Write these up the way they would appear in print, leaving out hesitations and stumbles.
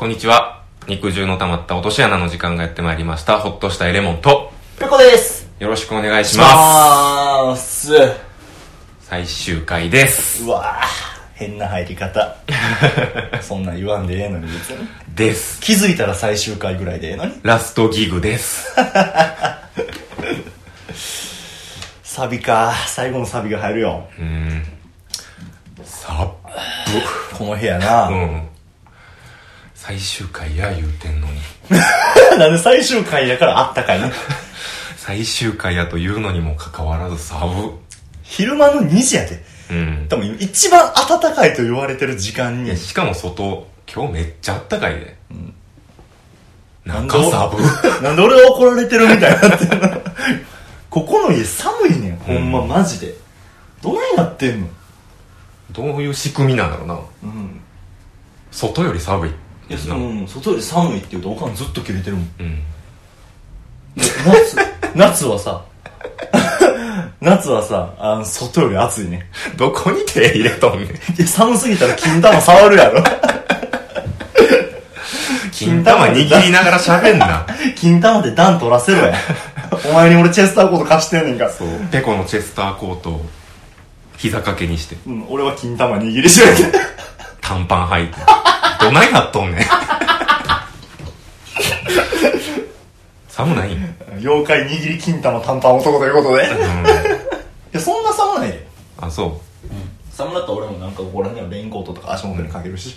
こんにちは。肉汁の溜まった落とし穴の時間がやってまいりました。ほっとしたエレモンとペコです。 よろしくお願いします。 う最終回です。 わぁ、変な入り方。そんなん言わんでええのに別に。 です。 気づいたら最終回ぐらいでええのに。 ラストギグです。 サビか。最後のサビが入るよ。 サッブ。 この部屋な。 最終回や言うてんのに。 なんで最終回やからあったかいね。 最終回やと言うのにもかかわらずサブ。 昼間の2時やで。多分一番暖かいと言われてる時間に。 しかも外、今日めっちゃ暖かいで。なんかサブ。 なんで俺が怒られてるみたいになってんの。ここの家寒いねん、ほんまマジで。どないなってんの。 どういう仕組みなんだろうな。外より寒い。 いや、外より寒いって言うとおかんずっと切れてるもん。夏はさ外より暑いね。 どこに手入れとんねん。 いや、寒すぎたら金玉触るやろ。 金玉握りながら喋んな。 金玉で段取らせろや。お前に俺チェスターコート貸してんねんから。 そう、ペコのチェスターコートを膝掛けにして、 俺は金玉握りしめて短パン履いてどないなっとんねん。寒ないん。 妖怪握り金玉短パン男ということで。いや、そんな寒ないで。 あ、そう。 寒だったら俺もなんかここら辺にはレインコートとか足元にかけるし。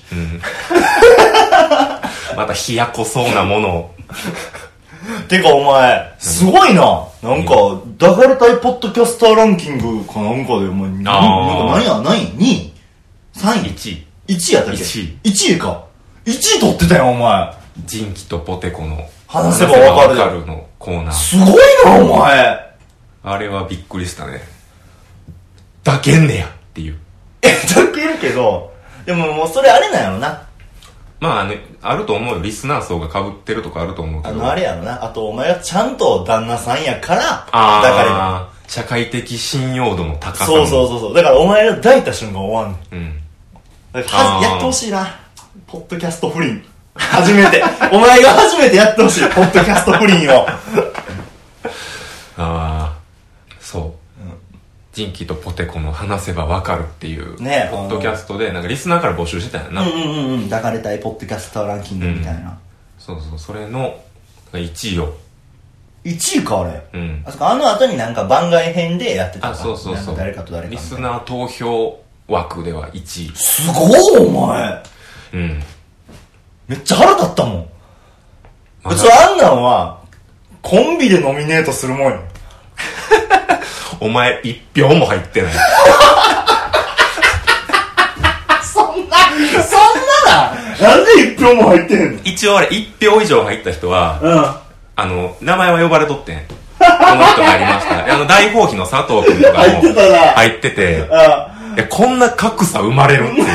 また冷やこそうなものを。 てかお前、すごいな。なんか、抱かれたいポッドキャスターランキングかなんかで、お前、なんか何や、何 ?2 位 ?3 位 ?1 位。 1位やったっけ ?1 位。1位か。1位取ってたよ、お前。 ジンキとポテコの話せばわかるのコーナー。 すごいな、お前。 あれはびっくりしたね。抱けんねやっていう。 抱けるけど、でももうそれあれなんやろな。 まああると思うよ。リスナー層が被ってるとかあると思うけど。 あれやろな。あとお前がちゃんと旦那さんやから、 抱かれた。社会的信用度の高さ。 そう。だからお前が抱いた瞬間終わんねん。やってほしいな。ポッドキャスト不倫。初めて。お前が初めてやってほしい。ポッドキャスト不倫を。 そう。ジンキとポテコの話せばわかるっていう、 ね、 ポッドキャストで、なんかリスナーから募集してたんやな。 抱かれたいポッドキャスターランキングみたいな。 そう、それの1位を。 1位か、あれ。あの後になんか番外編でやってたか。 そう。 誰かと誰か。 リスナー投票枠では1位。 すごい、お前。めっちゃ腹立ったもん。普通あんなんは、コンビでノミネートするもんよ。 お前1票も入ってない。 そんななんで1票も入ってへんの。 一応あれ1票以上入った人は、名前は呼ばれとってん。この人がありました。大放棄の佐藤君とかも入ってて、いや、こんな格差生まれるっていう。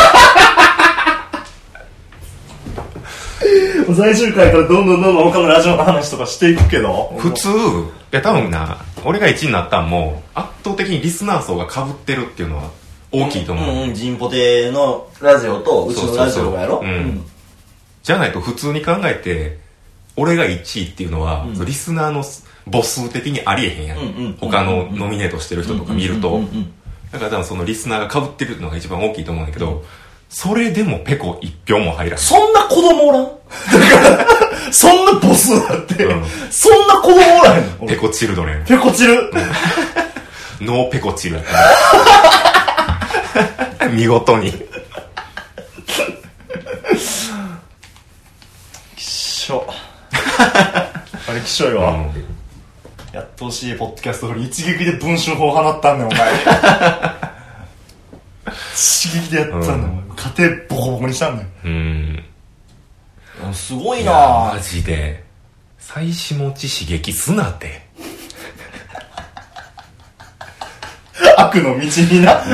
最終回からどんどん他のラジオの話とかしていくけど、 普通、いや多分な、俺が1位になったんも圧倒的にリスナー層が被ってるっていうのは大きいと思う。 ジンポテのラジオとうちのラジオがやろ。 じゃないと普通に考えて俺が1位っていうのは、リスナーの母数的にありえへんやん。他のノミネートしてる人とか見ると、だから多分そのリスナーが被ってるのが一番大きいと思うんだけど、それでもペコ1票も入らない。 そんな子供おらん。だからそんな母数あって、そんな子供おらへんの。 ペコチルドレン。 ペコチル。 ノーペコチルやった見事に。 きっしょ。あれきっしょいわ。やっとほしいポッドキャスト、一撃で文春法放ったんねん、お前。一撃でやったんだよ、家庭ボコボコにしたんだよ。すごいなぁ。 マジで妻子持ち刺激すなって悪の道にな。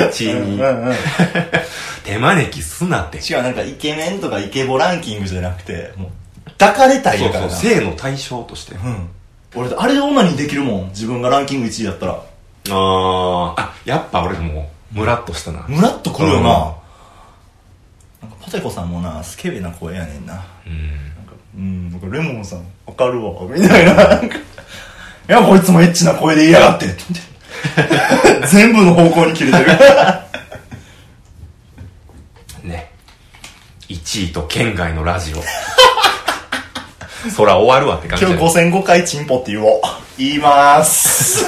手招きすなって。 違う、なんかイケメンとかイケボランキングじゃなくて、もう抱かれたいやからな。 性の対象として。 俺あれでオナニーできるもん、自分がランキング1位だったら。 やっぱ俺もムラっとしたな。 ムラっとくるよな。 なんかポテコさんもなスケベな声やねんな。なんか僕レモンさんわかるわみたいな。なんかいやこいつもエッチな声で言いやがってって全部の方向に切れてるね。1位と県外のラジオそら終わるわって感じ。 今日5005回チンポって言おう。言いまーす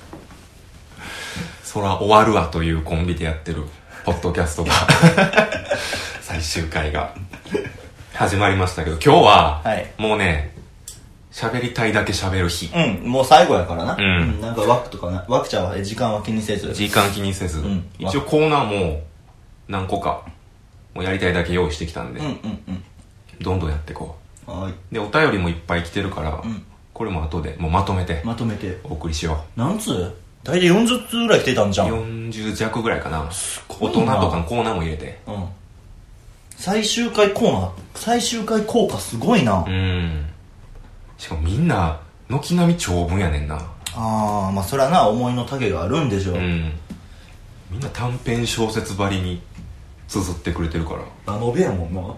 そら終わるわというコンビでやってるポッドキャストが最終回が始まりましたけど、今日はもうね喋りたいだけ喋る日。 もう最後やからな。なんか枠とかな、枠ちゃんは時間は気にせず。 時間気にせず、一応コーナーも何個かもうやりたいだけ用意してきたんで、どんどんやっていこう。はい。でお便りもいっぱい来てるから、これも後でもうまとめてお送りしよう。何通？大体40通ぐらい来てたんじゃん。 40弱ぐらいかな。大人とかのコーナーも入れて。 最終回コーナー、最終回効果すごいな。 しかもみんな軒並み長文やねんな。 まあそれはな、思いの丈があるんでしょう。みんな短編小説ばりに綴ってくれてるから。 ラノベやもんな。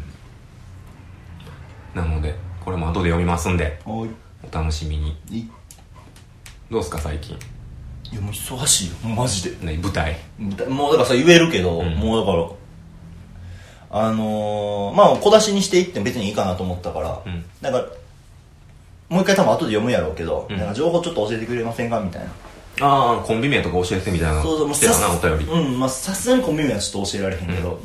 なのでこれも後で読みますんで、お楽しみに。どうすか最近？ いやもう忙しいよマジで。 舞台もうだからさ言えるけど、もうだからまあ小出しにしていっても別にいいかなと思ったから、だからもう一回多分後で読むやろうけど、なんか情報ちょっと教えてくれませんかみたいな。 コンビ名とか教えてみたいな。そう来てたなお便り。 まあさすがにコンビ名はちょっと教えられへんけど、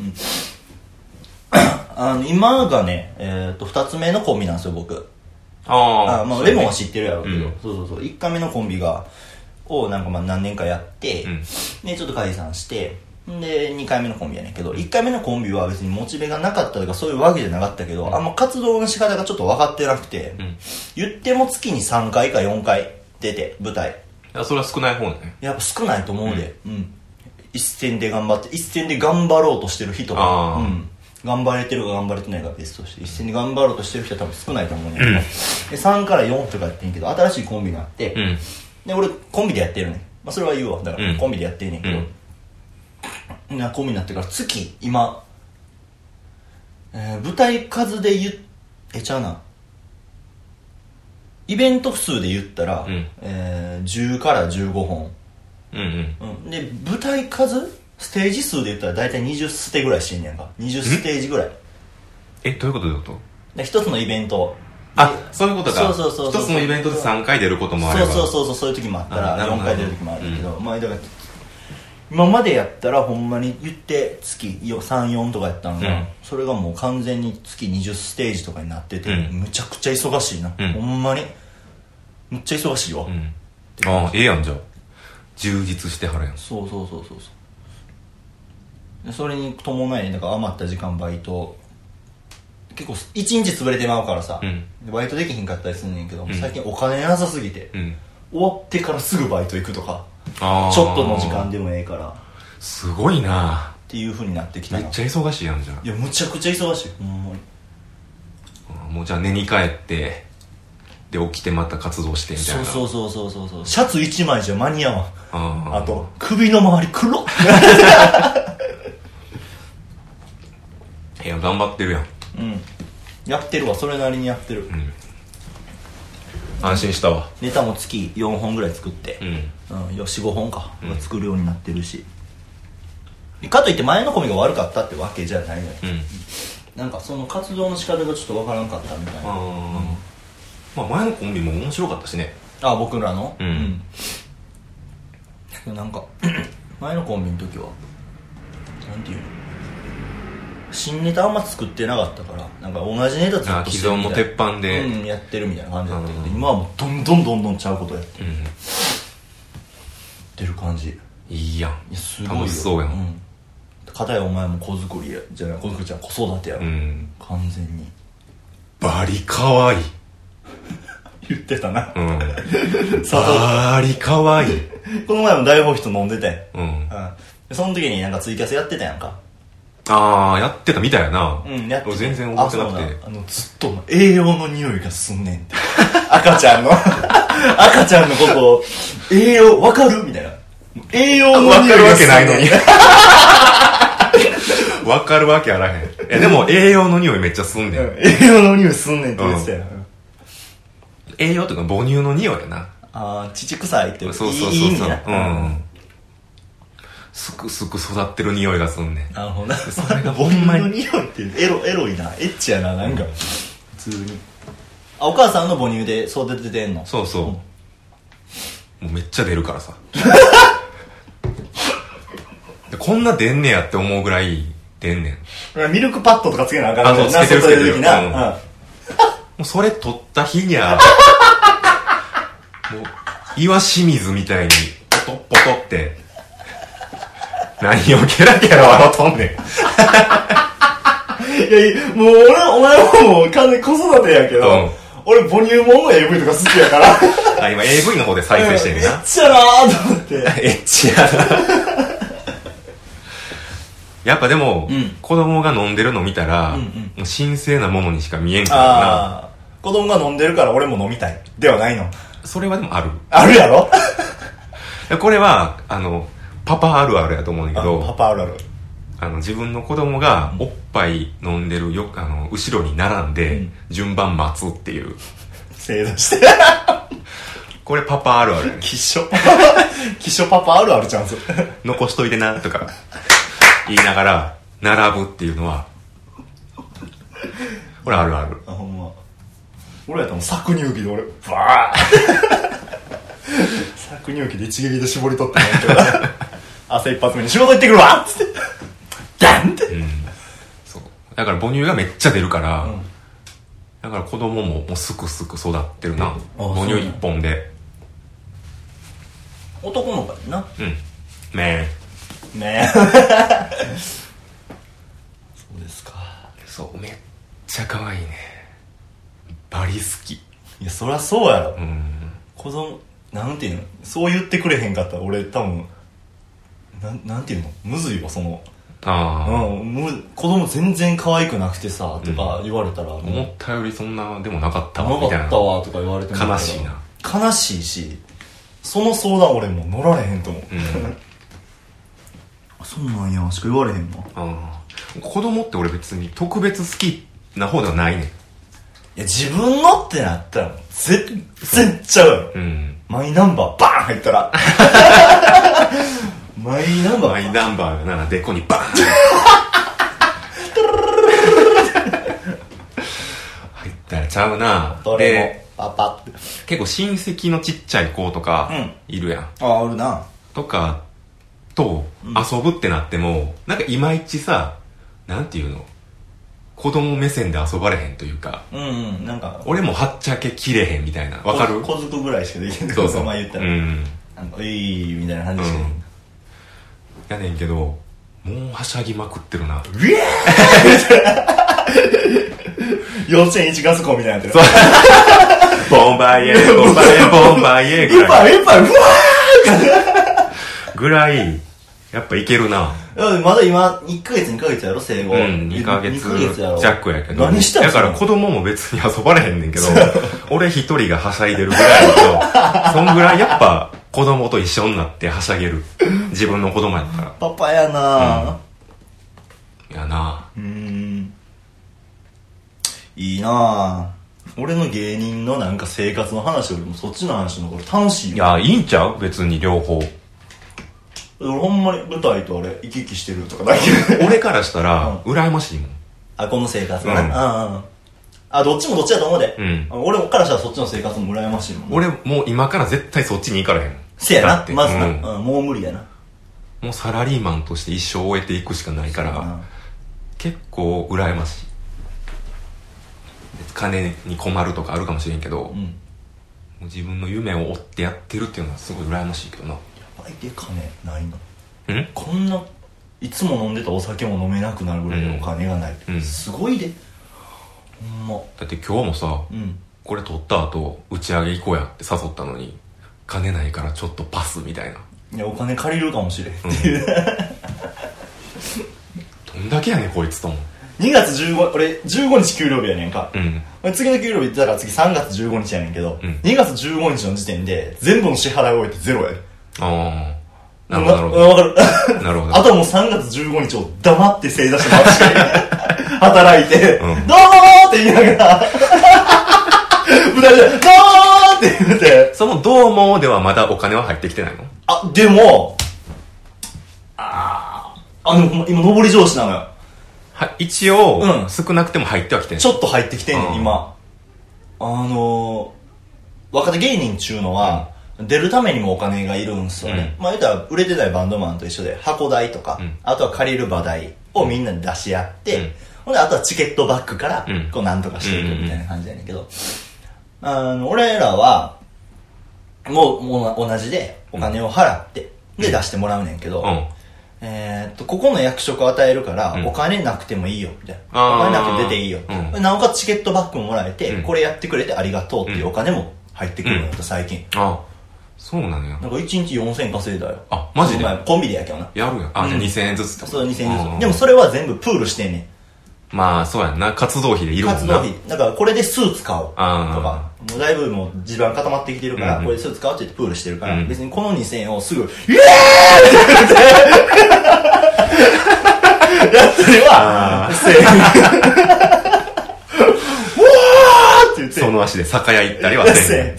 今がね2つ目のコンビなんですよ僕。まあレモンは知ってるやろうけど、そう1回目のコンビをなんかまあ何年かやって、でちょっと解散して、で2回目のコンビやねんけど、1回目のコンビは別にモチベがなかったとかそういうわけじゃなかったけど、あんま活動の仕方がちょっと分かってなくて、言っても月に3回か4回出て舞台。 それは少ない方ね。 やっぱ少ないと思うで、一戦で頑張ろうとしてる人が、頑張れてるか頑張れてないか別として、一戦で頑張ろうとしてる人は多分少ないと思うねんけど、で3から4とかやってんけど、新しいコンビがあって、で俺コンビでやってるねん。まあそれは言うわ。だからコンビでやってんねんけど、コンビになってから月今、舞台数でちゃうな、イベント数で言ったら、10から15本、で舞台数ステージ数で言ったら大体20ステぐらいしてんねやんか。20ステージぐらい。 どういうことで一つのイベント、 そういうことか。そう一つのイベントで3回出ることもあれば、 そういう時もあったら4回出る時もあるけど、まあだから今までやったらほんまに言って月3、4とかやったのが、それがもう完全に月20ステージとかになってて、むちゃくちゃ忙しいな、ほんまにむっちゃ忙しいわ。 ええやん。じゃあ充実してはるやん。 そうそれに伴いなんか余った時間バイト結構1日潰れてまうからさ、バイトできひんかったりすんねんけど、最近お金なさすぎて、終わってからすぐバイト行くとか、ちょっとの時間でもええから。 すごいなっていう風になってきたな。 めっちゃ忙しいやん。じゃあいやむちゃくちゃ忙しいほんまに。 もうじゃあ寝に帰ってで起きてまた活動してみたいな。 そうシャツ1枚じゃ間に合わん。あと首の周り黒っ頑張ってるやん。 やってるわ、それなりにやってる。 安心したわ。 ネタも月4本ぐらい作って、4,5 本か、作るようになってるし、かといって前のコンビが悪かったってわけじゃないのよ。なんかその活動の仕方がちょっとわからんかったみたいな。 まあ前のコンビも面白かったしね。 僕らのなんか前のコンビの時はなんていうの、新ネタあんま作ってなかったから、なんか同じネタずっと既存の鉄板で、 やってるみたいな感じだったけど、今はもうどんどんちゃうことやってる、ってる感じ。 いいやん。 すごいよ。 楽しそうやん。 片やお前も子作りやじゃない、子作りじゃん、子育てやろ、完全にバリかわいい言ってたな。 バリかわいい。 この前も大放人飲んでて、その時になんかツイキャスやってたやんか。 やってたみたいやな。 やってて全然覚えてなくて、 ずっと栄養の匂いがすんねんって赤ちゃんのことを栄養わかるみたいな、栄養の匂いがすんねん。 わかるわけないのにわかるわけあらへん。でも栄養の匂いめっちゃすんねん。 栄養の匂いすんねんって言ってたよ。 栄養というか母乳の匂いやな。 ああ、乳臭いってそういい意味な。 すくすく育ってる匂いがすんねん。 なるほどな。 それがほんまに。 母乳の匂いってエロいな。エッチやな、なんか。普通に。あ、お母さんの母乳で育ててんの？ そうそう。もうめっちゃ出るからさ。こんな出んねやって思うぐらい出んねん。ミルクパッドとかつけなあかんねんな。 つけてるな。 もうそれ取った日には、もう岩清水みたいにポトポトって、何をケラケラ笑うとんねん。 いや、もうお前はもう完全に子育てやけど、俺母乳もんの AV とか好きやから。 あ、今 AV の方で再生してんねんな。 エッチやなーと思って。 エッチやな。やっぱでも、子供が飲んでるの見たら、もう神聖なものにしか見えんからな。 子供が飲んでるから俺も飲みたいではないの？ それはでもある。 あるやろ？ これはパパあるあるやと思うんだけど、 パパあるある。 自分の子供がおっぱい飲んでる後ろに並んで順番待つっていう正座してこれパパあるあるやね。 きしょパパあるあるちゃうんすよ。 残しといてなとか言いながら並ぶっていうのはこれあるある。 あ、ほんま。俺やったらもう搾乳機で俺バー搾乳機で一撃で絞り取ってんけど朝一発目に仕事行ってくるわっつってダンって、 そうだから母乳がめっちゃ出るから、だから子供ももうすくすく育ってるな。母乳一本で。 男の子やな。 ねえそうですか。 そうめっちゃ可愛いね。バリ好き。 いやそりゃそうやろ。子供なんていうの、そう言ってくれへんかったら俺多分なんていうの、むずいわ。その子供全然可愛くなくてさとか言われたら、 思ったよりそんなでもなかったわみたいな、なかったわとか言われても悲しいな。 悲しいし、その相談俺も乗られへんと思う。そうなんやしか言われへんわ。 子供って俺別に特別好きな方ではないねん。 いや自分のってなったら全然ちゃうやろ。マイナンバーバーン入ったらマイナンバーがな、でこにバーン入ったらちゃうな。 どれもパパって結構親戚のちっちゃい子とかいるやん。 あるな。 とかと遊ぶってなっても、なんかいまいちさ、なんていうの、子供目線で遊ばれへんというか、 なんか俺もはっちゃけきれへんみたいな。わかる？ 小づくぐらいしかできへん。 そうそう。 まあ言ったらみたいな感じしかやねんけど、もうはしゃぎまくってるな。 うえー幼稚園1月校みたいになってる。 ボンバイエーボンバイエーボンバイエーぐらい。 うわーぐらいやっぱいけるな。 まだ今1ヶ月2ヶ月やろ生後。 2ヶ月弱やけど。 何したん？ だから子供も別に遊ばれへんねんけど、俺一人がはしゃいでるぐらいだと、そんぐらいやっぱ子供と一緒になってはしゃげる。自分の子供やったら。 パパやな。 やな。 いいな。俺の芸人のなんか生活の話よりもそっちの話の方が楽しいよ。 いや、いいんちゃう？別に両方。 俺ほんまに舞台とあれ行き来してるとかだけ俺からしたら羨ましいもん。 この生活がな。どっちもどっちだと思うで。俺からしたらそっちの生活も羨ましいもん。 俺もう今から絶対そっちに行かれへん。 せやな、まずな。もう無理やな。 もうサラリーマンとして一生終えていくしかないから、結構羨ましい。金に困るとかあるかもしれんけど、もう自分の夢を追ってやってるっていうのはすごい羨ましいけどな。 やばいで金ないの？こんないつも飲んでたお酒も飲めなくなるぐらいのお金がない、すごいで。ほんまだって今日もさ、これ取った後打ち上げ行こうやって誘ったのに、金ないからちょっとパスみたいな。 いやお金借りるかもしれんっていう、 どんだけやねんこいつとも。 2月15俺15日給料日やねんか、次の給料日だから次3月15日やねんけど、2月15日の時点で全部の支払いを終えてゼロやで。 なるほど。 わかる。 なるほど。 あとはもう3月15日を黙って正座して待つしかない。働いて、どうもーって言いながら、舞台で、どうもーって言って。 そのどうもではまだお金は入ってきてないの？ あ、でも、でも今、上り上司なのよ。 は、一応、少なくても入ってはきてんちょっと入ってきてんねん、今。若手芸人っちゅうのは、出るためにもお金がいるんすよね。まあ言ったら、売れてないバンドマンと一緒で、箱代とか、あとは借りる場代をみんなで出し合って、ほんで、あとはチケットバックから、こうなんとかしていくみたいな感じやねんけど、俺らは、もう同じで、お金を払って、で出してもらうねんけど、ここの役職を与えるから、お金なくてもいいよ、みたいな。お金なくて出ていいよ。なおかつチケットバックももらえて、これやってくれてありがとうっていうお金も入ってくるのよ、最近。 そうなのよ。 なんか1日4000稼いだよ。 あ、マジで？ コンビでやけどな。 やるやん。じゃあ2000円ずつと。 そう、2000円ずつ。でもそれは全部プールしてんねん。 まあ、そうやんな。活動費でいるもんな。 活動費。だからこれでスーツ買おう。とか。もうだいぶもう地盤固まってきてるから、これでスーツ買おうって言ってプールしてるから、別にこの2000円をすぐ、イエーイってやったりは、1000円。うわーって言って。 その足で酒屋行ったりは1000円。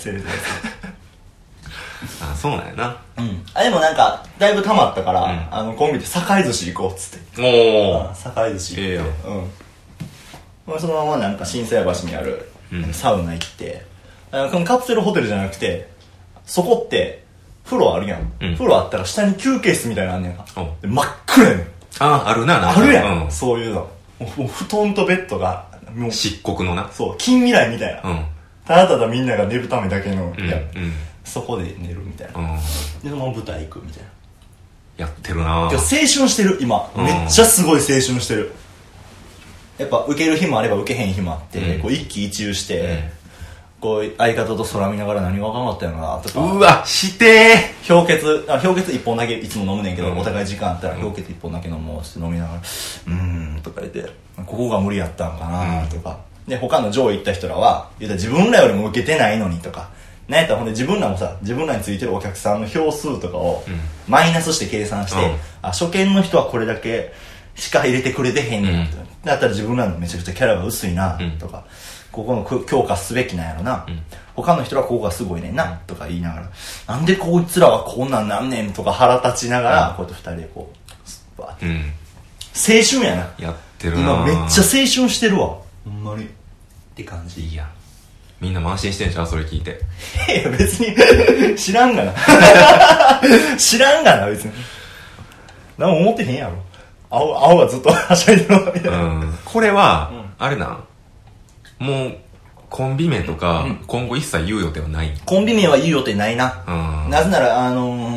そうなんやな。 でもなんか、だいぶ溜まったから、コンビで堺寿司行こうっつって。堺寿司行って。そのままなんか心斎橋にあるサウナ行って、このカプセルホテルじゃなくて、そこって風呂あるやん。風呂あったら下に休憩室みたいなのあんねんか。真っ暗やねん。 あるな。 あるやん。そういうの。もう布団とベッドが、 もう漆黒のな。 そう、近未来みたいな。ただただみんなが寝るためだけの、そこで寝るみたいな。で、その舞台行くみたいな。 やってるな。 青春してる、今。めっちゃすごい青春してる。やっぱ受ける日もあれば受けへん日もあって、こう一喜一憂して、こう相方と空見ながら何が分からなかったよなとか。 うわ、してー。氷結一本だけいつも飲むねんけど、お互い時間あったら氷結一本だけ飲もうって飲みながら、とか言って、ここが無理やったんかなとか。で、他の上位行った人らは、言うたら自分らよりも受けてないのにとか。なんやったらほんで自分らもさ、自分らについてるお客さんの票数とかをマイナスして計算して、初見の人はこれだけしか入れてくれてへんねんと。だったら自分らのめちゃくちゃキャラが薄いなとか、ここの強化すべきなんやろな、他の人はここがすごいねんなとか言いながら、なんでこいつらはこんなんなんねんとか腹立ちながら、こうやって二人でこうバーって、青春やな。 やってるな。 今めっちゃ青春してるわ、ほんまにって感じ。 いいや、みんなも安心してんじゃん、それ聞いて。 いや別に知らんがな知らんがな、別に何も思ってへんやろ。青がずっとはしゃいでるわみたいな。 これは、あれな、もうコンビ名とか、今後一切言う予定はない。 コンビ名は言う予定ないな。なぜなら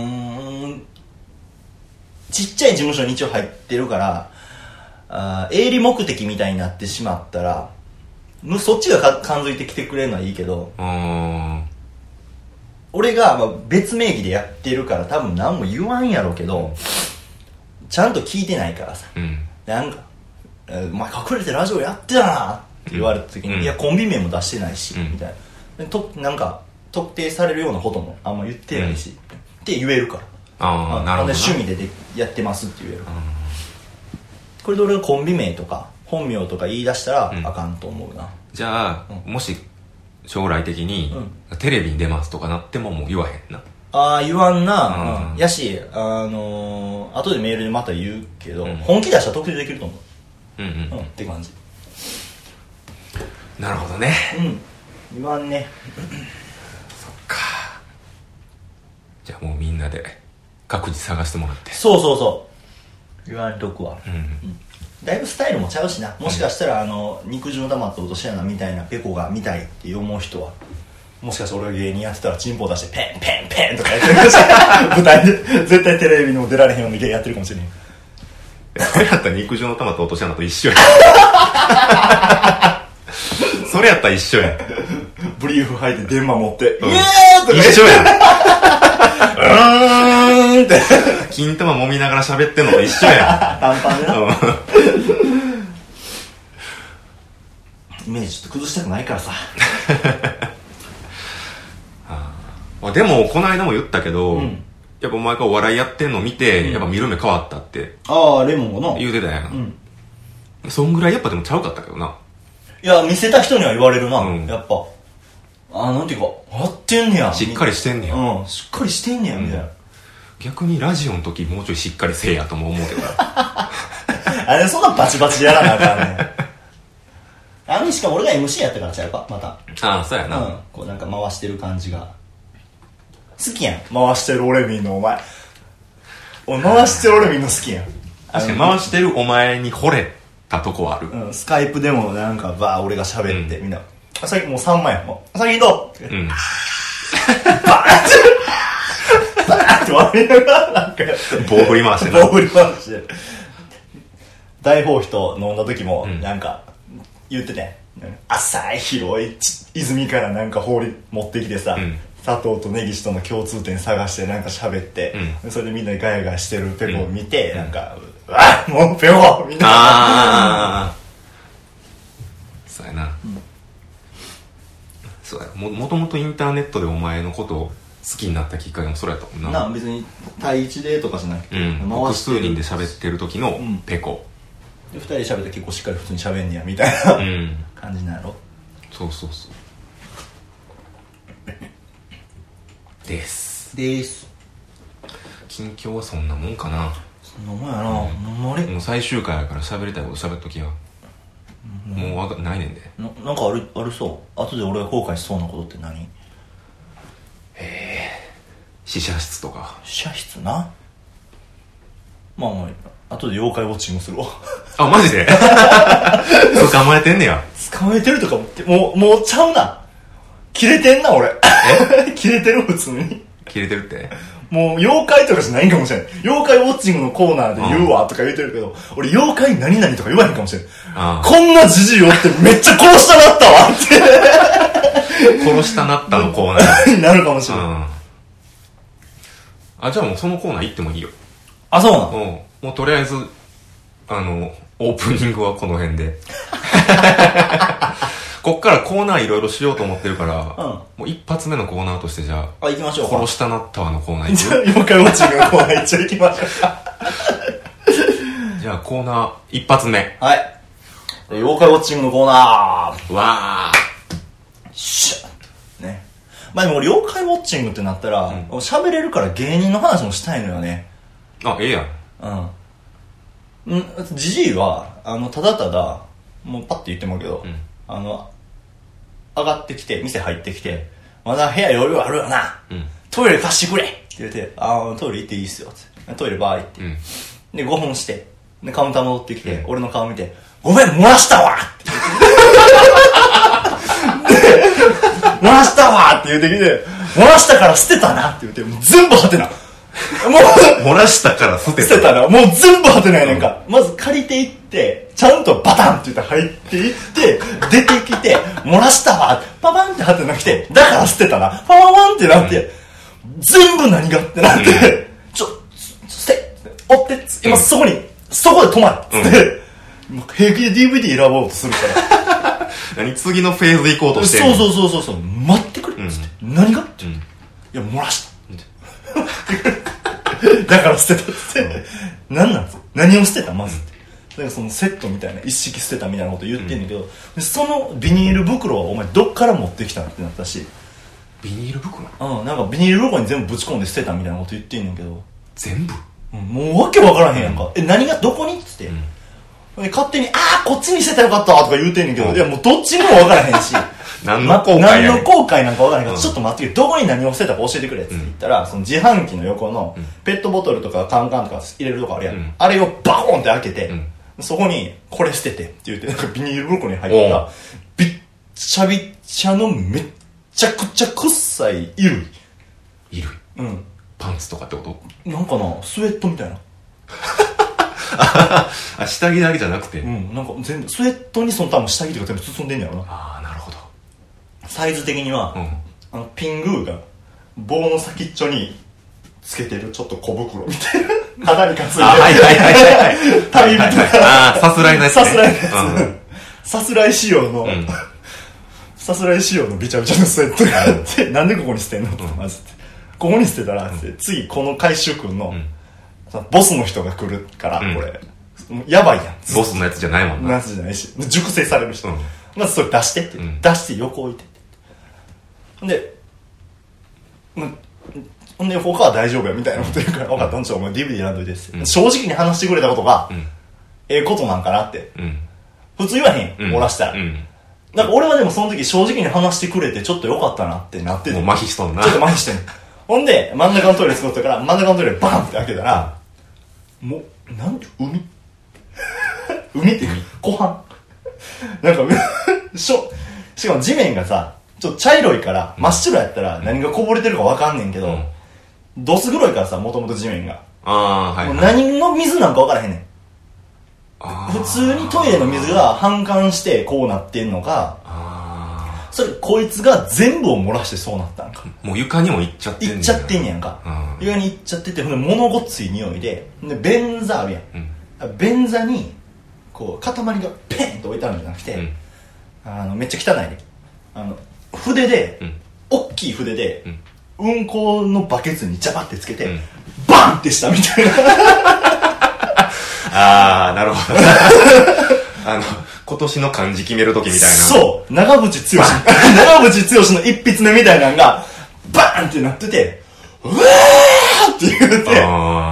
ちっちゃい事務所に一応入ってるから、営利目的みたいになってしまったら、そっちが感づいてきてくれるのはいいけど、俺が別名義でやってるから多分何も言わんやろうけど、ちゃんと聞いてないからさ、なんか「お前隠れてラジオやってたな」って言われた時に「いやコンビ名も出してないし」みたいな、なんか特定されるようなこともあんま言ってないし、って言えるから、 なるほど、 趣味でやってますって言える。これで俺がコンビ名とか本名とか言い出したらあかんと思うな。 じゃあもし将来的にテレビに出ますとかなってももう言わへんな。 言わんな。やし、後でメールでまた言うけど、本気出したら特定できると思う。って感じ。 なるほどね。 言わんね。 そっか。じゃあもうみんなで各自探してもらって。 そう言わんとくわ。だいぶスタイルもちゃうしな。もしかしたら肉汁の溜まった落とし穴みたいなペコが見たいって思う人は、もしかして俺が芸人やってたらチンポを出してペンペンペンとかやってるかもしれない舞台で絶対テレビにも出られへんようにやってるかもしれないそれやったら肉汁の溜まった落とし穴と一緒やそれやったら一緒やブリーフ履いて電話持って、イエーとか一緒やって金玉揉みながら喋ってんのと一緒や短パンでなイメージちょっと崩したくないからさでもこの間も言ったけど、 やっぱお前がお笑いやってんの見て、やっぱ見る目変わったって。 ああ、レモンがな。 言うてたやん。そんぐらいやっぱでもちゃうかったけどな。 いや、見せた人には言われるな、やっぱ。なんていうか、やってんねや。 しっかりしてんねや。 しっかりしてんねや、みたいな。 逆にラジオの時もうちょいしっかりせえやとも思うけどな。 あれ、そんなバチバチやらなあかんねん。しかも俺が MC やったからちゃうか、また。 ああ、そうやな。 こうなんか回してる感じが。好きやん。回してる俺見んの、お前。回してる俺見んの好きやん。 確かに回してるお前に惚れたとこはある。 スカイプでもなんか俺が喋って、みんな。さっきもう3枚やもう。さっきどうバーンって笑いながらなんかやって。 棒振り回してな。 棒振り回して。大宝妃と飲んだ時もなんか言ってて、浅い広い泉からなんか氷持ってきてさ、佐藤と根岸との共通点探してなんか喋って、それでみんなでガヤガヤしてるペコを見て、なんかもうペコみたいな。 そうやな。そうや。もともとインターネットでお前のことを好きになったきっかけもそれやったもんな。 別に対一でとかじゃなくて、 複数人で喋ってる時のペコ。 で2人で喋って結構しっかり普通に喋んねやみたいな感じなんやろ。 そうそうそうです近況はそんなもんかな。 そんなもんやな。 もう最終回やから喋りたいこと喋っときや。もうないねんで。 なんかあるそう。後で俺が後悔しそうなことって何？ 試写室とか。 試写室な。まあ後で妖怪ウォッチングするわ。 あ、マジで？捕まえてんねや。 捕まえてるとかもうちゃうな。切れてんな俺。切れてる普通に。 切れてるって？ もう妖怪とかじゃないんかもしれない。妖怪ウォッチングのコーナーで言うわとか言ってるけど、俺妖怪何々とか言わへんかもしれない。こんなジジイおってめっちゃ殺したなったわって殺したなったのコーナーになるかもしれない。 じゃあもうそのコーナー行ってもいいよ。 あ、そうなの？ もうとりあえずオープニングはこの辺で。こっからコーナーいろいろしようと思ってるから、もう一発目のコーナーとしてじゃあ、 行きましょう。 殺したなったわのコーナー行く？ 妖怪ウォッチングのコーナー一応行きましょう。 じゃあコーナー一発目。 はい。妖怪ウォッチングのコーナー。 わー。しゃ。ね。でも俺妖怪ウォッチングってなったら、喋れるから芸人の話もしたいのよね。 あ、ええやん。ジジイは、ただただ、もうパッて言ってもらうけど、上がってきて、店入ってきて、まだ部屋余裕あるよな。トイレ貸してくれって言って、トイレ行っていいっすよって。トイレバー行って。で、5分して、で、カウンター戻ってきて、俺の顔見て、ごめん、漏らしたわって漏らしたわって言ってきて、漏らしたから捨てたなって言って、もう全部ハテナ。もう漏らしたから捨てたな。もう全部ハテナやねんか。まず借りていって、ちゃんとバタンって言って入っていって、出てきて、漏らしたわパパンってハテナ来て、だから捨てたな。パパパンってなって、全部何がってなって、捨て追って今そこで止まるっつって、平気で DVD 選ぼうとするから。 何次のフェーズ行こうとしてんの？ そう。待ってくれっつって。何がって。いや、漏らした。だから捨てたって。何なんですか？何を捨てたまずって。だからそのセットみたいな、一式捨てたみたいなこと言ってんだけど、そのビニール袋はお前どっから持ってきたのってなったし。 ビニール袋？ なんかビニール袋に全部ぶち込んで捨てたみたいなこと言ってんねんけど。 全部？ もうわけわからへんやんか。何がどこにっつって。勝手に、こっちに捨てたらよかったとか言うてんねんけど、いやもうどっちにもわからへんし。 何の後悔なんかわからへんから、ちょっと待ってくれ、どこに何を捨てたか教えてくれって言ったら、その自販機の横のペットボトルとかカンカンとか入れるとこあるやん。あれをバコンって開けて、そこにこれ捨ててって言って、なんかビニール袋に入った、びっちゃびっちゃのめっちゃくちゃ臭い衣類。 パンツとかってこと？ なんかな、スウェットみたいな。 下着だけじゃなくて、 なんか全部スウェットにその多分下着とか全部包んでんやろな。 なるほど。 サイズ的には、ピングーが棒の先っちょにつけてるちょっと小袋みたいな。肌にかついてる。旅人からさすらいのやつね。 さすらい仕様の、さすらい仕様のびちゃびちゃのスウェットがあって、なんでここに捨てんのってまずって。 ここに捨てたら、次この回収くんの、ボスの人が来るから、これやばいやん。 ボスのやつじゃないもんな。 やつじゃないし熟成される人、まずそれ出してって、出して横置いてで、ほんで他は大丈夫やみたいなこと言うから、分かった、お前 DVD 選んどいてって、正直に話してくれたことがええことなんかなって、普通言わへん、漏らしたら。なんか俺はでもその時正直に話してくれてちょっと良かったなってなってて、 もう麻痺しとんな。 ちょっと麻痺してんほんで真ん中のトイレ作ったから、真ん中のトイレバンって開けたら、もうなんで海って湖畔なんかしかも地面がさちょっと茶色いから真っ白やったら何がこぼれてるか分かんねんけど、どす黒いからさ、もともと地面が、もう何の水なんか分からへんねん。普通にトイレの水が反感してこうなってんのか、それこいつが全部を漏らしてそうなったんか。 もう床にも行っちゃってんねん。 行っちゃってんねやんか。床に行っちゃってて、ほんで物ごっつい匂いで、便座あるやん、便座にこう塊がペンと置いてあるんじゃなくて、めっちゃ汚いね。筆で、大きい筆で、うんこのバケツにジャバってつけて、バンってしたみたいななるほど今年の漢字決めるときみたいな。 そう長渕剛の一筆目みたいなのがバーンってなってて、うわーって言うて、う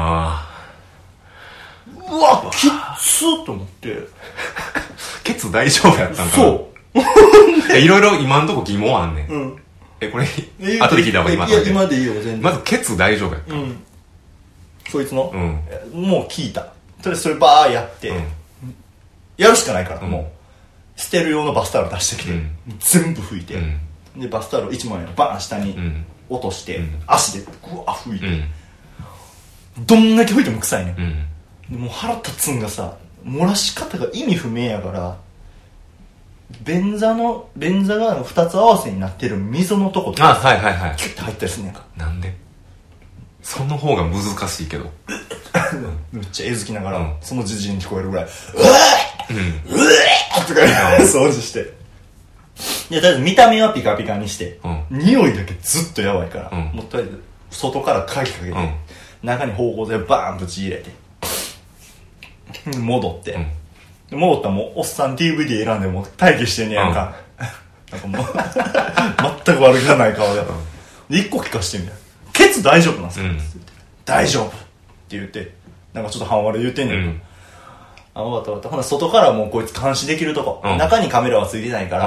わきっつーと思ってケツ大丈夫やったんかな。 そういろいろ今んとこ疑問あんねん。これ後で聞いた方が今で今でいいよ全然。 まずケツ大丈夫やった。 そいつの、もう聞いた。とりあえずそれバーやって、やるしかないから、もう捨てる用のバスタオル出してきて、全部拭いて、でバスタオル1枚バーン下に落として、足でグワー拭いて、どんだけ拭いても臭いねん。でもう腹立つんがさ、漏らし方が意味不明やから、便座が2つ合わせになってる溝のとことかキュッて入ったりすんねんか。 なんでその方が難しいけどめっちゃえずきながら、そのじじいに聞こえるぐらい、うわとか掃除して、でとりあえず見た目はピカピカにして、匂いだけずっとやばいから、もうとりあえず外から鍵かけて、中に芳香剤バーンぶち入れて、戻って、戻ったらもうおっさん DVD 選んでもう待機してんねやんか、なんかもう全く悪気がない顔で、1個聞かしてみたいな、ケツ大丈夫なんすか、大丈夫って言って、なんかちょっと半割れ言ってんねん、分かった分かった。ほな外からもうこいつ監視できるとこ、中にカメラはついてないから、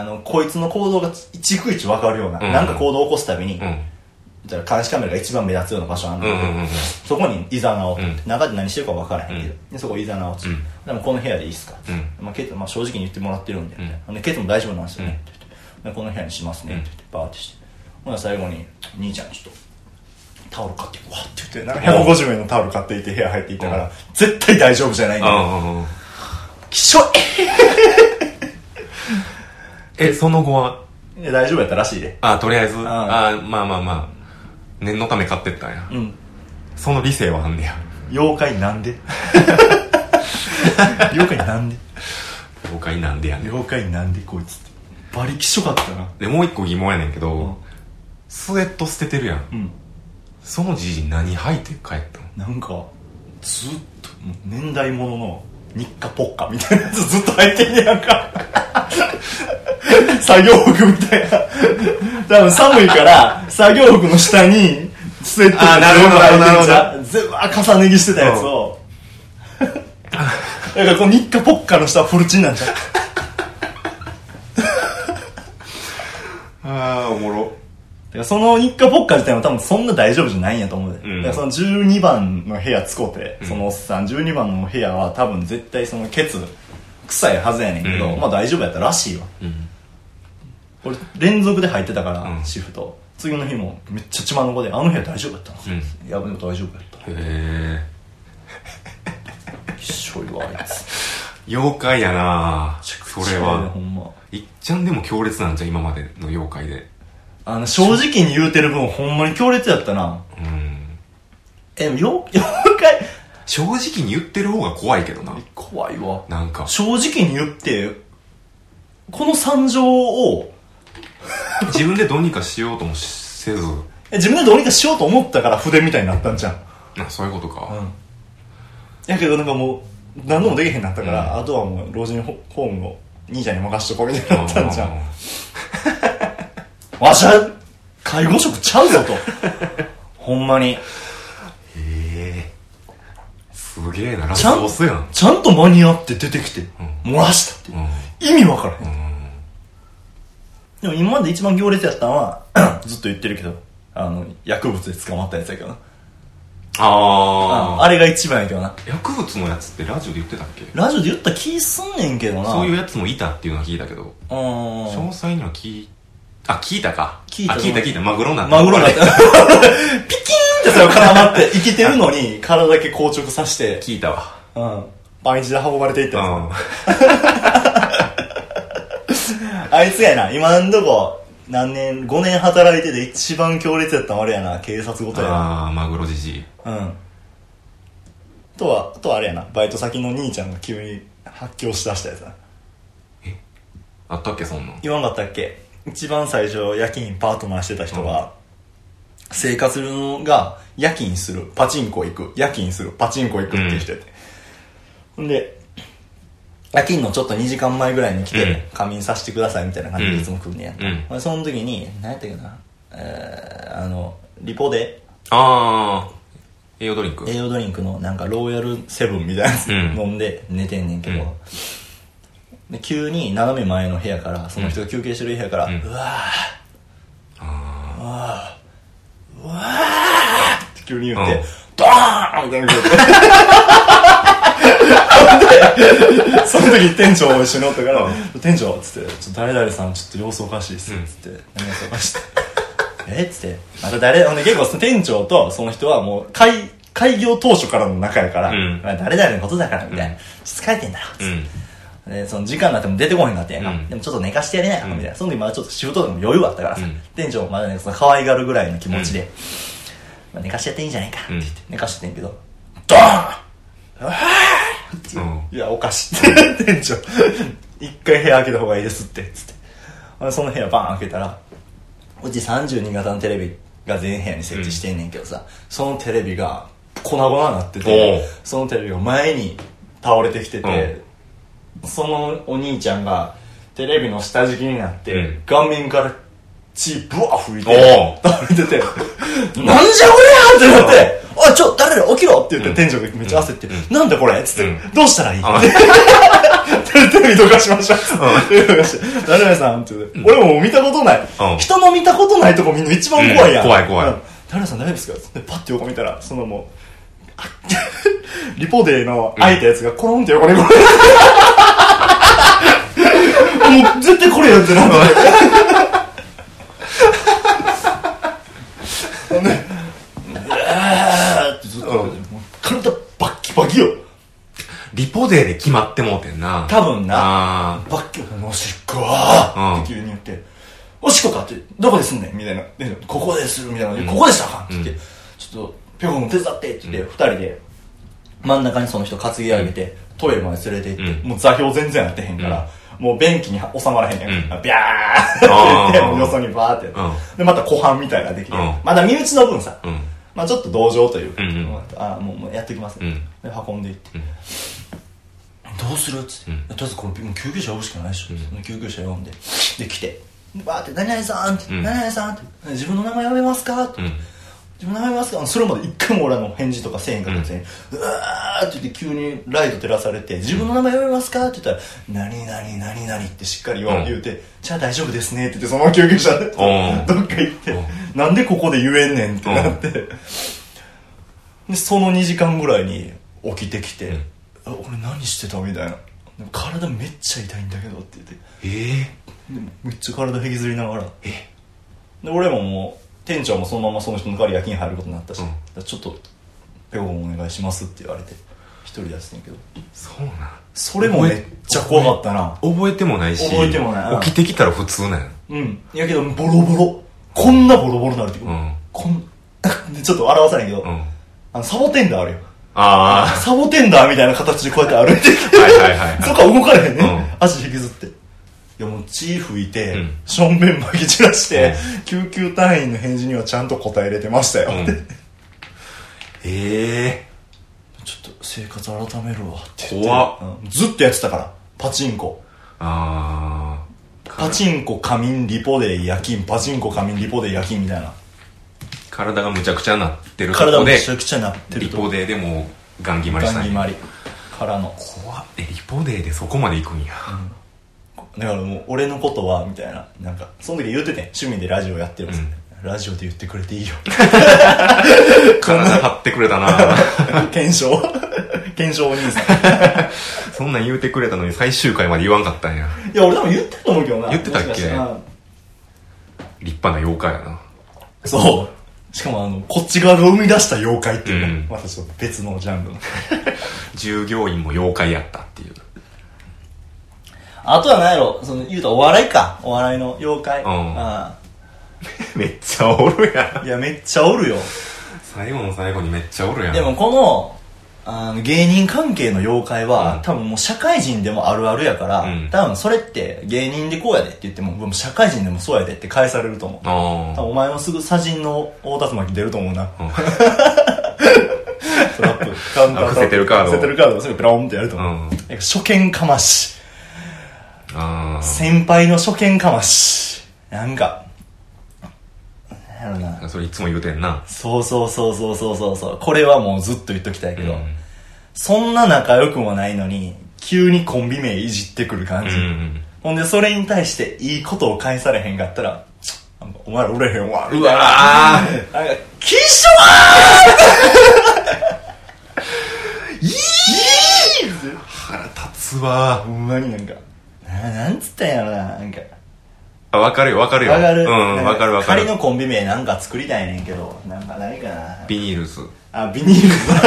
こいつの行動が逐一分かるような、なんか行動を起こすたびに、監視カメラが一番目立つような場所あるんだけど、そこにいざなおって、中で何してるか分からへんけど、でそこいざなおって、でもこの部屋でいいっすか、ケツ正直に言ってもらってるんで、ケツも大丈夫なんですよねって言って、この部屋にしますねって言ってバーってして、ほな最後に兄ちゃんちょっとタオル買ってわって言って、なんか150円のタオル買っていて部屋入っていったから、絶対大丈夫じゃないんだよ。きしょいその後は大丈夫やったらしいで。 とりあえずまあ念のため買ってったんや。その理性はあんねや。 妖怪なんで妖怪なんでやねん。妖怪なんでこいつってバリきしょかったな。 でもう一個疑問やねんけど、スウェット捨ててるやん、そのじじ何履いて帰ったの？なんかずっと年代物の日課ポッカみたいなやつずっと履いてんねやんか作業服みたいな、多分寒いから作業服の下にスウェットなるほど全部重ね着してたやつをだからこの日課ポッカの下はフルチンなんちゃうおもろ。 だからその日課ポッカ自体も多分そんな大丈夫じゃないんやと思うで、だからその12番の部屋使うて、そのおっさん12番の部屋は多分絶対そのケツ臭いはずやねんけど、まあ大丈夫やったらしいわ。俺連続で入ってたから、シフト次の日もめっちゃ血まの子で、あの部屋大丈夫やったんですよ、やべえ大丈夫やった。 へえきしょいわあいつ妖怪やな。それはほんまいっちゃんでも強烈なんじゃ今までの妖怪で。 正直に言うてる分ほんまに強烈やったな。妖怪正直に言ってる方が怖いけどな。 怖いわ。 なんか正直に言ってこの惨状を自分でどうにかしようともせず自分でどうにかしようと思ったから筆みたいになったんじゃん。 そういうことか。 やけどなんかもう何度もできへんなったから、あとはもう老人ホームの兄ちゃんに任しとこうみたいになったんじゃん。わしは介護職ちゃうぞと。ほんまに。 すげえな、ラスボスやん。 ちゃんと間に合って出てきて、漏らしたって、意味わからへん。でも今まで一番行列やったのはずっと言ってるけど、薬物で捕まったやつやけどな。あれが一番やけどな。 薬物のやつってラジオで言ってたっけ？ ラジオで言った気すんねんけどな。 そういうやつもいたっていうのは聞いたけど、詳細には聞いたか。聞いた。マグロなんだ。 ピキーンってそれ絡まって生きてるのに体だけ硬直させて。 聞いたわ。 パンイチで運ばれていったやつ。あいつやな、今んとこ5年働いてて一番強烈やったのあれやな、警察ごとやな。 マグロじじい。 とはあれやな、バイト先の兄ちゃんが急に発狂しだしたやつな。 あったっけそんなん。 言わんかったっけ？一番最初夜勤パートナーしてた人が、生活するのが夜勤する、パチンコ行く、夜勤する、パチンコ行くっていう人やって。んで、夜勤のちょっと2時間前ぐらいに来て、仮眠させてくださいみたいな感じでいつも来るねやん。その時に、何やったっけな、リポで、 栄養ドリンクのなんかローヤルセブンみたいなやつ飲んで寝てんねんけど、で急に斜め前の部屋から、その人が休憩してる部屋から、うわーって急に言って、ドーンみたいな言ってその時店長も一緒におったから、店長っつって、ちょっと誰々さんちょっと様子おかしいっすっつって、何がおかしいっつって、また結構店長とその人はもう開業当初からの仲やから、誰々のことだからみたいな、ちょっと疲れてんだろっつって、でその時間になっても出てこへんかったやんか、でもちょっと寝かしてやれないかみたいな、その時まだちょっと仕事でも余裕あったからさ、店長まだねその可愛がるぐらいの気持ちで、寝かしてやっていいんじゃないかって言って寝かしてんけど、ドーンいやおかしい店長一回部屋開けた方がいいですってつって、その部屋バーン開けたら、うち32型のテレビが全部屋に設置してんねんけどさ、そのテレビが粉々になってて、そのテレビが前に倒れてきてて、そのお兄ちゃんがテレビの下敷きになって、顔面から血ブワー吹いて倒れててなんじゃこりゃってなって、おい誰々起きろって言って、店長がめっちゃ焦って、なんだこれっつって、どうしたらいいテレビどかしましょうテレビどかして、誰々さんって言って、俺も見たことない、人の見たことないとこ見るの一番怖いやん。 怖い誰々さん大丈夫ですかってパッて横見たら、そのもうリポデーの開いたやつがコロンって横にもう絶対これやってなってずっと体バッキバキよ。 リポデーで決まってもうてんな多分な。バッキバキおしっこーって急に言って、おしっこかってどこですんねんみたいな、ここですみたいな、ここでしたかって言って、ちょっとペコも手伝ってって言って、2人で真ん中にその人担ぎ上げて、トイレまで連れて行って、もう座標全然やってへんから、もう便器に収まらへんねん、ビャーって言ってよそにバーってやって、でまた湖畔みたいなのができて、まだ身内の分さ、まあちょっと同情というか、もうやってきますね、で運んでいって、どうするっつって、とりあえずこれもう救急車呼ぶしかないでしょ、救急車呼んでで来て、バーって何々さんって何々さんって、自分の名前呼べますかって、自分の名前呼べますか、それまで一回も俺返事とかせえへんかったやつに、うわーって言って急にライト照らされて、自分の名前呼べますかって言ったら、何々何々ってしっかり言うて、じゃあ大丈夫ですねって言って、その救急車でどっか行って、なんでここで言えんねんってなって、でその2時間ぐらいに起きてきて、俺何してたみたいな、体めっちゃ痛いんだけどって言って、でめっちゃ体引きずりながら、で俺ももう店長もそのままその人の代わり夜勤入ることになったし、ちょっとペコもお願いしますって言われて一人でやってたんやけど、 そうなん、 それもめっちゃ怖かったな。 覚えてもないし、 覚えてもない、 起きてきたら普通なんやけどボロボロ、こんなボロボロなるって、ちょっと表さないけど、サボテンダーあるよ、サボテンダーみたいな形でこうやって歩いてきてそっから動かれへんね、足引きずっていやもう血吹いて、しょんべんまき散らして、救急隊員の返事にはちゃんと答えれてましたよって。ちょっと生活改めるわって言って。 怖っ、 ずっとやってたから、パチンコ。パチンコ仮眠リポデー夜勤、パチンコ仮眠リポデー夜勤みたいな。 体がむちゃくちゃなってるとこで、 体がむちゃくちゃなってるリポデーでもうガン決まりしたんや。 ガン決まりからの。 怖っ。リポデーでそこまで行くんや。 だからもう俺のことはみたいな、なんかその時言ってて、趣味でラジオやってるんですよ、ラジオで言ってくれていいよ。 体張ってくれたな。 検証お兄さん。 そんなん言うてくれたのに最終回まで言わんかったんや。 いや俺多分言ってたと思うけどな。 言ってたっけ。立派な妖怪やな。 そう。しかもこっち側が生み出した妖怪っていうの、またちょっと別のジャンルの。従業員も妖怪やったっていう。 あとは何やろ、言うとお笑いか。お笑いの妖怪。 めっちゃおるやん。 いや、めっちゃおるよ。 最後の最後にめっちゃおるやん。 でもこの、芸人関係の妖怪は、多分もう社会人でもあるあるやから、多分それって芸人でこうやでって言っても、社会人でもそうやでって返されると思う。多分お前のすぐ左陣の大竜巻出ると思うな。トラップ、カウンター伏せてるカード。 伏せてるカードをすぐペロンってやると思う。初見かまし。先輩の初見かまし。なんか、なんやろな。 それいつも言うてんな。 そう。これはもうずっと言っときたいけど、そんな仲良くもないのに、急にコンビ名いじってくる感じ。ほんで、それに対していいことを返されへんかったら、お前ら売れへんわ。 うわー。 なんか、キッショーいい腹立つわ。 ほんまになんか、なんつったんやろな、なんか。 わかるよ。わかる。わかる。 仮のコンビ名なんか作りたいねんけど、なんかないかな。 ビニールズ。 ビニールズ。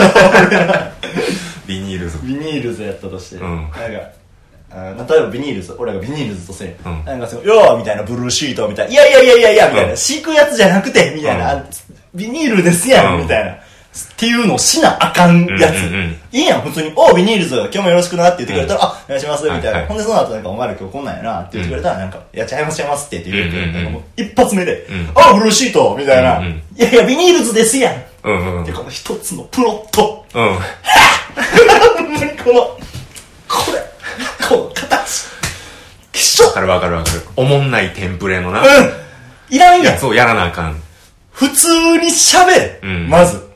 ビニールズ。 ビニールズやったとして。なんか、例えばビニールズ、俺がビニールズとせ、なんかよーみたいなブルーシートみたいな、いやみたいな、敷くやつじゃなくて、みたいな、ビニールですやん、みたいな。っていうのをしなあかんやつ。いいやん、普通に、ビニールズ、今日もよろしくなって言ってくれたら、お願いします、みたいな。ほんでその後なんか、お前ら今日こんなんやな、って言ってくれたら、なんか、いや、ちゃいますって言ってくれて、なんかもう、一発目で、ブルーシートみたいな。いや、ビニールズですやん。で、この一つのプロット。ほんまにこの形。きっしょ。 わかる。おもんないテンプレのな。 いらんやん。 やつをやらなあかん。 普通に喋れ。まず。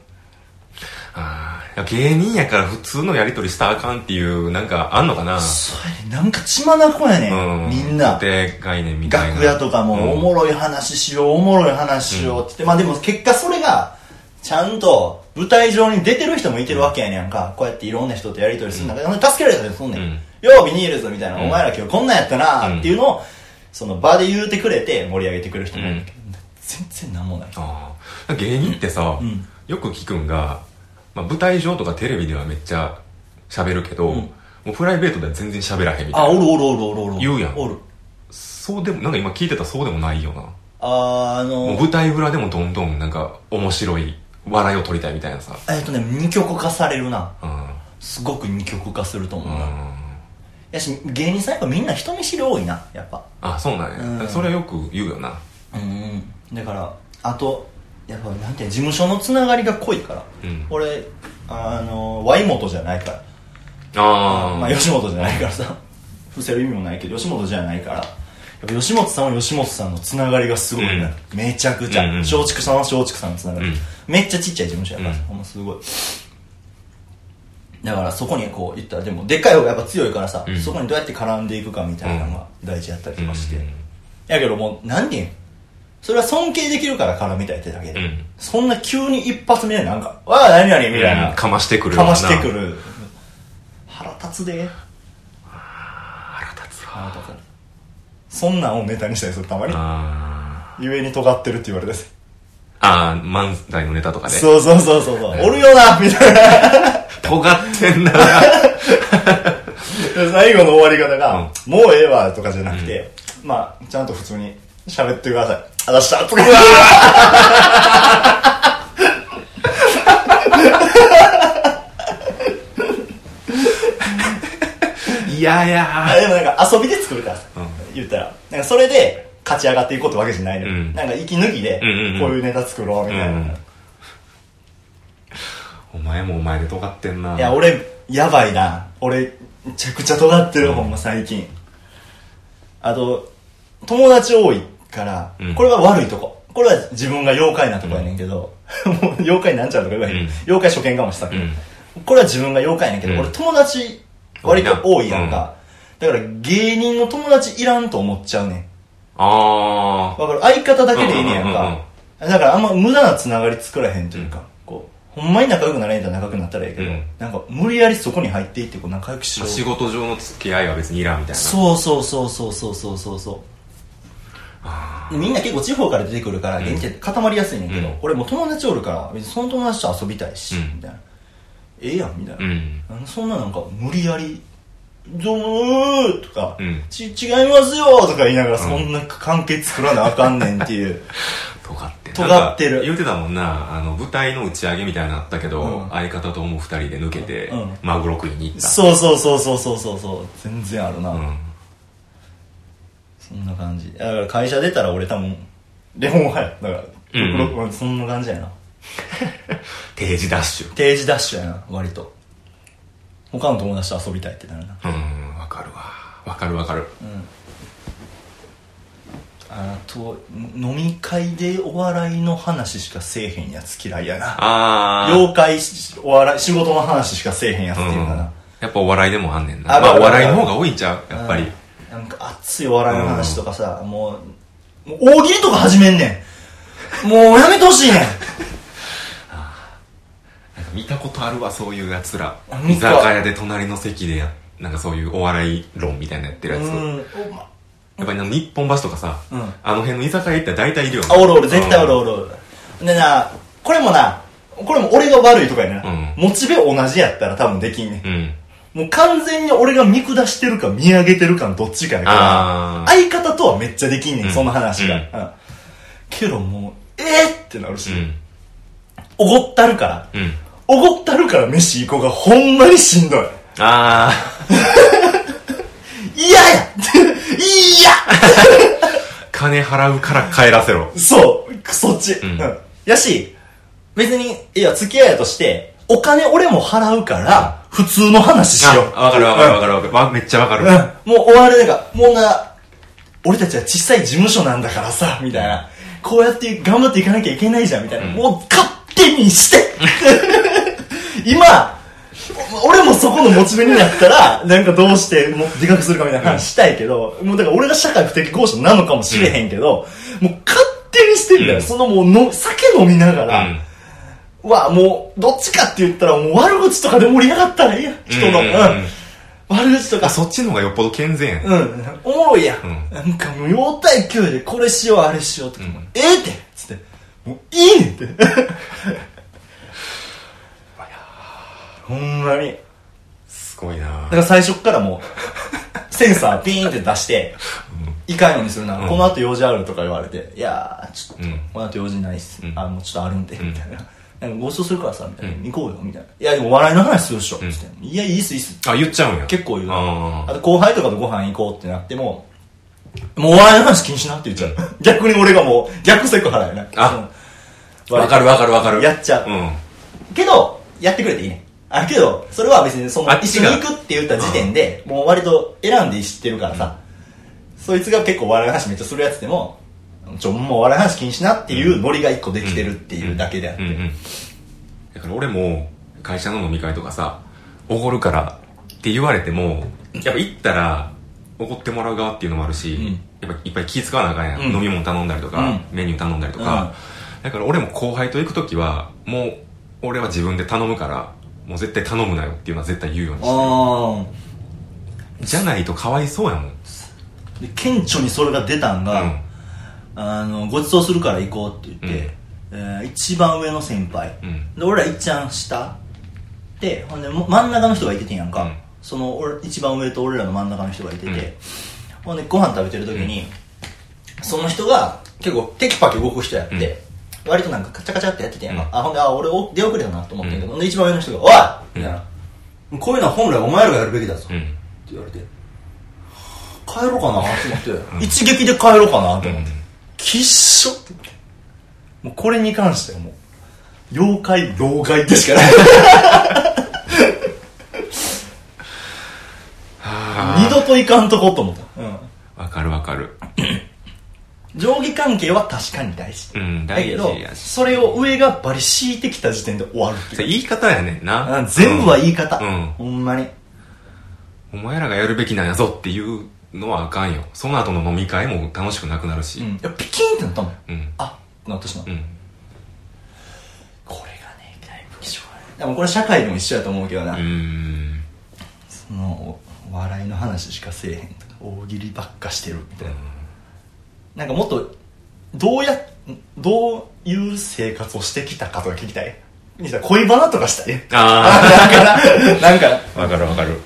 芸人やから普通のやりとりしたらあかんっていう、なんかあんのかな。 それ、なんか血眼やねん。みんな。 で、概念みたいな。 楽屋とかも、おもろい話しようって言って、まあでも結果それが、ちゃんと舞台上に出てる人もいてるわけやねんか。こうやっていろんな人とやりとりするんだけど、助けられたりすんねん。ようビニールズみたいな、お前ら今日こんなんやったなっていうのを、その場で言うてくれて盛り上げてくれる人もいるけど、全然なんもない。 芸人ってさ、よく聞くんが、舞台上とかテレビではめっちゃ喋るけど、もうプライベートでは全然喋らへんみたいな。 おる。 言うやん。 おる。 そうでも、なんか今聞いてたそうでもないよな。 もう舞台裏でもどんどんなんか面白い笑いを取りたいみたいなさ。 二極化されるな。すごく二極化すると思うな。やし、芸人さんやっぱみんな人見知り多いな、やっぱ。 そうなんや。それはよく言うよな。 だから、あと、やっぱなんていう事務所のつながりが濃いから、俺ワイモトじゃないから吉本じゃないからさ伏せる意味もないけど吉本じゃないからやっぱ吉本さんは吉本さんのつながりがすごいね、めちゃくちゃ松竹さんは松竹さんのつながり、めっちゃちっちゃい事務所やからほんますごいだからそこにこう言ったらでもでっかい方がやっぱ強いからさ、そこにどうやって絡んでいくかみたいなのが大事やったりとかして、やけどもう何人それは尊敬できるから絡みたいってだけで、そんな急に一発目でなんかわあ何々みたいな、 かましてくる腹立つで腹立つそんなんをネタにしたりするたまにゆえに尖ってるって言われて漫才のネタとかでそう、おるよなみたいな尖ってんな最後の終わり方が、もうええわとかじゃなくて、まあちゃんと普通に喋ってください。あざしたとか。 いやでもなんか遊びで作るからさ。 言ったらなんかそれで勝ち上がっていこうってわけじゃないのよ、なんか息抜きでこういうネタ作ろうみたいな、 お前もお前で尖ってんな。 いや俺やばいな、俺めちゃくちゃ尖ってる、ほんま最近。あと友達多いから、これは悪いとこ、これは自分が妖怪なとこやねんけど、もう妖怪なんちゃうとか言わへん、妖怪初見かもしたけど、これは自分が妖怪やねんけど、俺友達割と多いやんか、だから芸人の友達いらんと思っちゃうねん。わかる、相方だけでいいねやんか、だからあんま無駄なつながり作らへんというか、こうほんまに仲良くなれんやったら仲良くなったらいいけど、なんか無理やりそこに入っていってこう仲良くしよう、 仕事上の付き合いは別にいらんみたいな。 そうみんな結構地方から出てくるから現地って固まりやすいねんけど、俺もう友達おるから別にその友達と遊びたいし、みたいな、ええやんみたいな、そんななんか無理やりどうもとか、違いますよとか言いながらそんな関係作らなあかんねんっていう尖ってる言うてたもんな、舞台の打ち上げみたいなのあったけど、相方ともう2人で抜けて、マグロ食いに行った。 そう全然あるな、そんな感じだから会社出たら俺多分レモン派や、だからそんな感じやな定時ダッシュやな、割と他の友達と遊びたいってなるな。 わかるわかる。 あと飲み会でお笑いの話しかせえへんやつ嫌いやな。妖怪お笑い仕事の話しかせえへんやつっていうかな、 やっぱお笑いでもあんねんな。お笑いの方が多いんちゃうやっぱり。 なんか熱いお笑いの話とかさ、もう大喜利とか始めんねん、もうやめてほしいねん見たことあるわ、そういうやつら。居酒屋で隣の席でなんかそういうお笑い論みたいなやってるやつ。やっぱり日本橋とかさ、あの辺の居酒屋行ったら大体いるよね。 おる絶対おるでな、これも俺が悪いとかやな、モチベ同じやったら多分できんねん、もう完全に俺が見下してるか見上げてるかのどっちかやから、相方とはめっちゃできんねん、その話が、けどもうってなるし、おごったるから飯行こうがほんまにしんどい。嫌や金払うから帰らせろ。 そうそっち、やし別にいや付き合いやとしてお金俺も払うから普通の話しよう。 わかるめっちゃわかる、 もう終わるねんか、もうな俺たちは小さい事務所なんだからさみたいな、こうやって頑張っていかなきゃいけないじゃんみたいな、もう勝手にして今俺もそこのモチベになったらなんかどうしてもっとでかくするかみたいな話したいけど、もうだから俺が社会不適合者なのかもしれへんけど、もう勝手にしてんだよ、そのもう酒飲みながら、もうどっちかって言ったらもう悪口とかで盛り上がったらいいやん、人の悪口とか。 そっちの方がよっぽど健全やん。 おもろいやん、なんかもう容体勢いでこれしようあれしようとか、ってつってもういいねんってほんまにすごいな。 だから最初っからもうセンサーピーンって出していかんようにするな、この後用事あるとか言われて、いやーちょっとこの後用事ないっす、もうちょっとあるんでみたいな、なんかごちそうするからさみたいな、行こうよみたいな、いやでも笑いの話するでしょつって、いやいいっす言っちゃうんや。 結構言う。あと後輩とかとご飯行こうってなってもうお笑いの話気にしなって言っちゃう逆に俺がもう逆セクハラやな。 わかるやっちゃう、けどやってくれていいね。けどそれは別にその一緒に行くって言った時点でもう割と選んで知ってるからさ、そいつが結構笑い話めっちゃするやつでももう笑い話気にしなっていうノリが一個できてるっていうだけであって、 だから俺も会社の飲み会とかさおごるからって言われてもやっぱ行ったらおごってもらう側っていうのもあるし、やっぱいっぱい気使わなあかんやん、飲み物頼んだりとか、メニュー頼んだりとか、だから俺も後輩と行く時はもう俺は自分で頼むからもう絶対頼むなよっていうのは絶対言うようにしてる。じゃないとかわいそうやもん。 で顕著にそれが出たんが、ごちそうするから行こうって言って、一番上の先輩、で俺らいっちゃん下で、ほんで真ん中の人がいててんやんか、その一番上と俺らの真ん中の人がいてて、ほんでご飯食べてる時に、その人が結構テキパキ動く人やって、割となんかカチャカチャってやっててんやんか、ほんで俺出遅れたなと思ってんけど、で一番上の人が「おい!」みたいな、こういうのは本来お前らがやるべきだぞって言われて、 帰ろうかなと思って、一撃で帰ろうかなと思って、きっしょって。もうこれに関してはもう、妖怪、老害でしかない。二度といかんとこと思った。 わかるわかる。 上下関係は確かに大事。 大事やし。 だけど、それを上がバリ敷いてきた時点で終わるっていう。 それ言い方やねんな。 全部は言い方。ほんまに。 お前らがやるべきなんやぞっていうのはあかんよ。その後の飲み会も楽しくなくなるし。 いや、ピキーンってなったもん。あってなったしな。これがね、だいぶ貴重やね。でもこれ社会でも一緒やと思うけどな。その、笑いの話しかせえへんとか、大喜利ばっかしてるみたいな。なんかもっと、どういう生活をしてきたかとか聞きたい。恋バナとかしたい。なんか。 わかるわかる。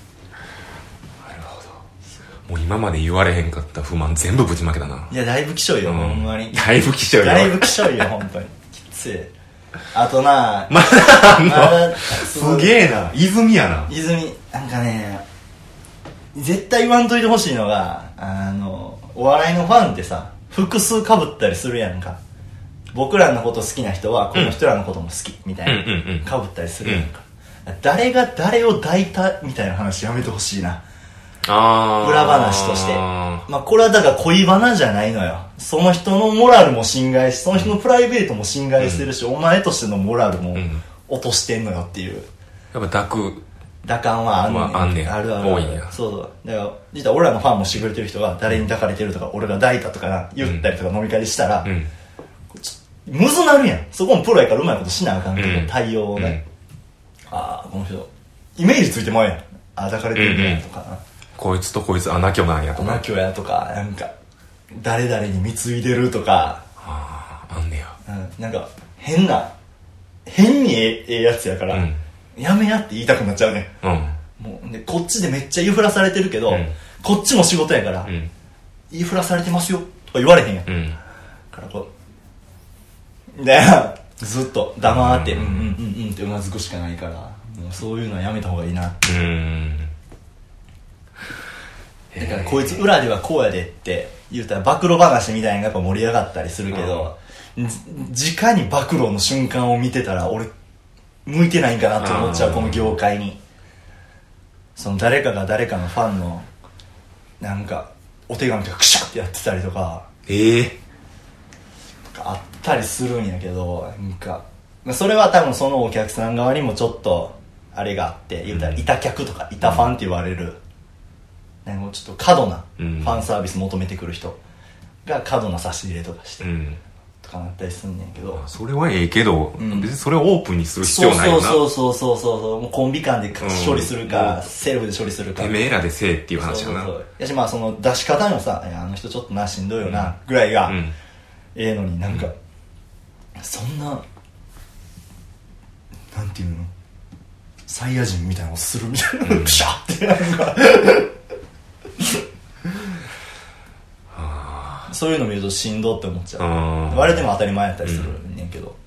もう今まで言われへんかった不満全部ぶちまけたな。 いや、だいぶきしょいよ、ほんまに。 だいぶきしょいよ。 だいぶきしょいよ、ほんとに。きつい。あとなまだすげえな。泉やな。 泉、なんかね、絶対言わんといてほしいのが、お笑いのファンってさ、複数被ったりするやんか。僕らのこと好きな人は、この人らのことも好き、みたいな。被ったりするやんか。誰が誰を抱いたみたいな話やめてほしいな。裏話として。まあこれはだから恋バナじゃないのよ。その人のモラルも侵害し、その人のプライベートも侵害してるし、お前としてのモラルも落としてんのよっていう。 やっぱ打感はあんねん。 あるある。 多いんや。 そうそう。だから、実は俺らのファンもしてくれてる人が誰に抱かれてるとか、俺が抱いたとかな、言ったりとか飲み会でしたら、むずなるやん。そこもプロやからうまいことしなあかんけど、対応をね。ああ、この人、イメージついてまうやん。ああ、抱かれてるんやとかな。 こいつとこいつ穴居なんやとか。 穴居やとか、なんか、誰々に貢いでるとか。 あんねや。 なんか、変にええやつやから、やめやって言いたくなっちゃうね。もうでこっちでめっちゃ言いふらされてるけど、こっちも仕事やから、言いふらされてますよとか言われへんやん。からこう、で、ずっと黙って、ってうなずくしかないから、もうそういうのはやめた方がいいな。だからこいつ裏ではこうやでって言うたら暴露話みたいなのがやっぱ盛り上がったりするけど、直に暴露の瞬間を見てたら俺向いてないんかなと思っちゃう、この業界に。その誰かが誰かのファンのなんかお手紙とかクシャってやってたりとかあったりするんやけど、なんかそれは多分そのお客さん側にもちょっとあれがあって、言うたら板客とか板ファンって言われる、なんかちょっと過度なファンサービス求めてくる人が過度な差し入れとかして、とかなったりすんねんけど、 それはええけど、別にそれをオープンにする必要ないよな。 そうもうコンビ間で処理するか、セルフで処理するか、 てめえらでせえっていう話かな。 やし、まあその出し方のさ、あの人ちょっとなしんどいよなぐらいがええのに、なんかそんななんていうの、サイヤ人みたいなのをするみたいな、プシャってなんかそういうの見るとしんどって思っちゃう。割れても当たり前やったりするねんけど、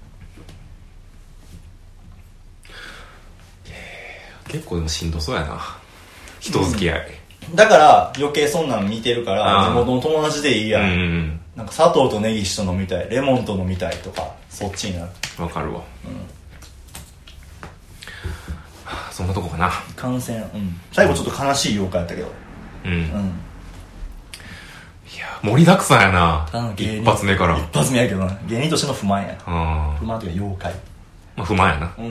結構でもしんどそうやな、人付き合い。 だから余計そんなん見てるから、地元の友達でいいや、なんか砂糖とネギ一緒飲みたい、レモンと飲みたいとか、そっちになる。 わかるわ。そんなとこかな。 感染、最後ちょっと悲しい妖怪やったけど、 いや盛りだくさんやな、一発目から。 一発目やけどな、芸人としての不満や。不満というか妖怪、 まあ不満やな。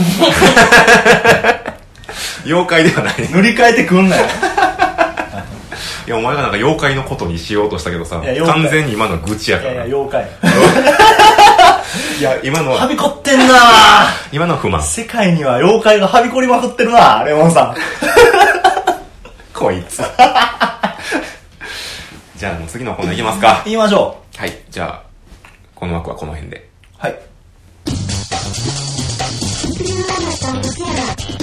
妖怪ではない。 塗り替えてくんなよ。 いや、お前がなんか妖怪のことにしようとしたけどさ、完全に今の愚痴やから。 いや妖怪。 いや、今のははびこってんな。 今のは不満。 世界には妖怪がはびこりまくってるな、レモンさん。 こいつ。じゃあもう次のコーナーいきますか。 行きましょう。はい、じゃあこの枠はこの辺で。 はい。